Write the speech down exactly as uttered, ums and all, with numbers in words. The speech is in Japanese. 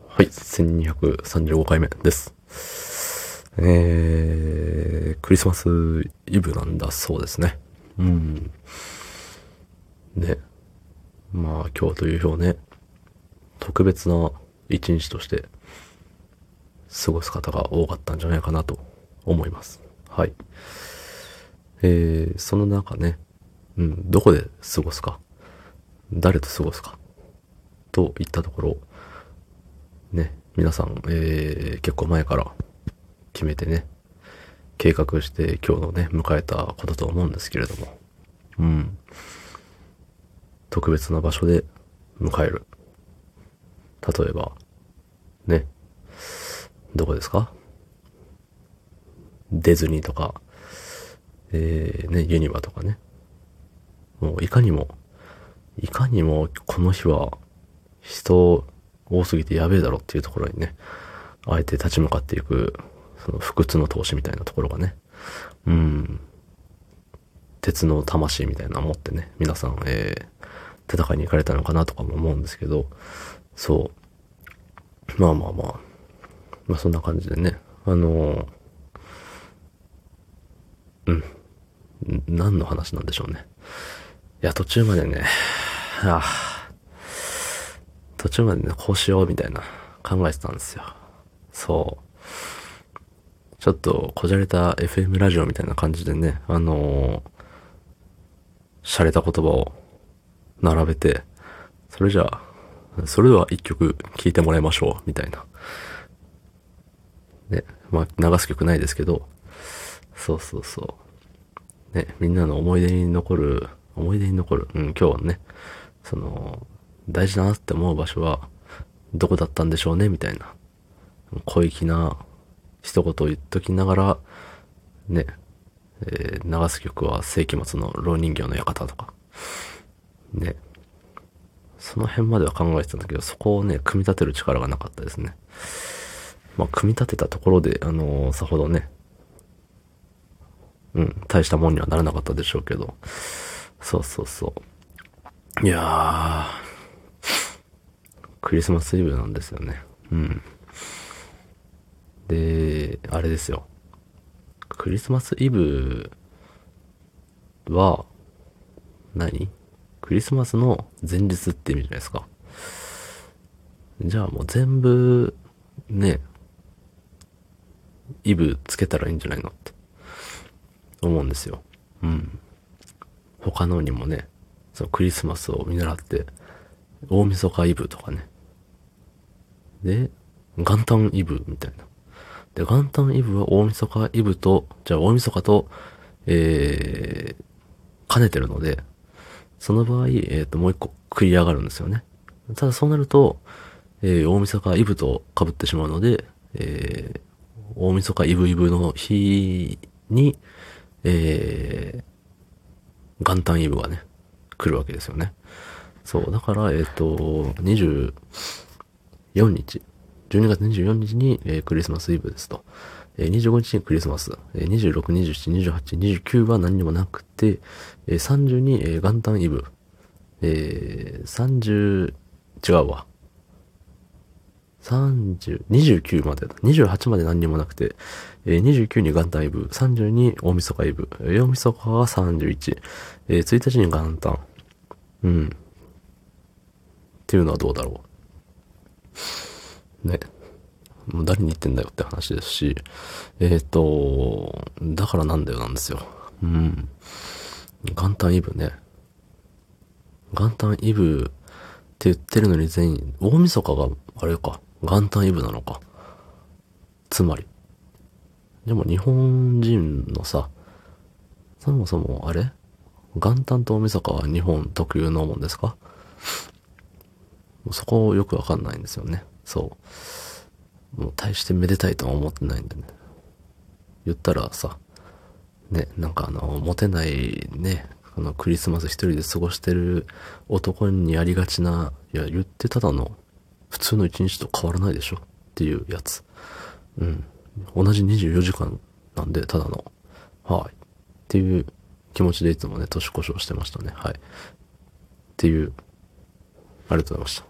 はい、せんにひゃくさんじゅうごかいめです。えー、クリスマスイブなんだそうですね。うん。ね。まあ今日という日をね、特別な一日として過ごす方が多かったんじゃないかなと思います。はい。えー、その中ね、うん、どこで過ごすか、誰と過ごすか、といったところ、ね、皆さん、えー、結構前から決めてね、計画して今日のね、迎えたことと思うんですけれども、うん。特別な場所で迎える。例えば、ね、どこですか？ディズニーとか、えー、ね、ユニバとかね。もういかにも、いかにもこの日は人多すぎてやべえだろっていうところにね、あえて立ち向かっていく、その不屈の闘志みたいなところがね、うん、鉄の魂みたいなのを持ってね、皆さん、えー、戦いに行かれたのかなとかも思うんですけど、そう。まあまあまあ、まあそんな感じでね、あのー、うん、何の話なんでしょうね。いや、途中までね、ああ、途中までね、こうしようみたいな考えてたんですよ。そう。ちょっとこじゃれた エフエム ラジオみたいな感じでね、あのー、洒落た言葉を並べて、それじゃあ、それでは一曲聴いてもらいましょう、みたいな。ね、まあ流す曲ないですけど、そうそうそう。ね、みんなの思い出に残る、思い出に残る、うん、今日はね、その、大事だなって思う場所は、どこだったんでしょうね、みたいな、小粋な一言を言っときながら、ね、えー流す曲は世紀末の蝋人形の館とか、ね、その辺までは考えてたんだけど、そこをね、組み立てる力がなかったですね。まあ、組み立てたところで、あのーさほどね、うん、大したもんにはならなかったでしょうけど、そうそうそう。いやー、クリスマスイブなんですよね。うん。で、あれですよ。クリスマスイブは何、クリスマスの前日って意味じゃないですか。じゃあもう全部、ね、イブつけたらいいんじゃないのって思うんですよ。うん。他のにもね、そのクリスマスを見習って、大晦日イブとかね。で、元旦イブみたいな。で、元旦イブは大晦日イブと、じゃあ大晦日と、えー、兼ねてるので、その場合、えっ、ー、と、もう一個繰り上がるんですよね。ただそうなると、えー、大晦日イブと被ってしまうので、えー、大晦日イブイブの日に、えー、元旦イブがね、来るわけですよね。そう、だから、えっ、ー、と、にじゅうよっか、じゅうにがつにじゅうよっかに、えー、クリスマスイブですと。えー、にじゅうごにちにクリスマス。えー、にじゅうろく、にじゅうしち、にじゅうはち、にじゅうきゅうは何にもなくて、えー、さんじゅうに、えー、元旦イブ。えー、さんじゅう、違うわ。さんじゅう、にじゅうきゅうまでだ。にじゅうはちまで何にもなくて、えー、にじゅうきゅうに元旦イブ、さんじゅうに大晦日イブ、えー、大晦日がさんじゅういち、えー、ついたちに元旦。うん。っていうのはどうだろう。ね。もう誰に言ってんだよって話ですし、えっ、ー、と、だからなんだよなんですよ。うん。元旦イブね。元旦イブって言ってるのに全員、大晦日があれか、元旦イブなのか。つまり。でも日本人のさ、そもそもあれ、元旦と大晦日は日本特有のもんですか？そこよくわかんないんですよね。そう。もう大してめでたいとは思ってないんでね。言ったらさ、ね、なんかあの、モテないね、あの、クリスマス一人で過ごしてる男にありがちな、いや、言ってただの、普通の一日と変わらないでしょっていうやつ。うん。同じにじゅうよじかんなんで、ただの、はい。っていう気持ちでいつもね、年越しをしてましたね。はい。っていう、ありがとうございました。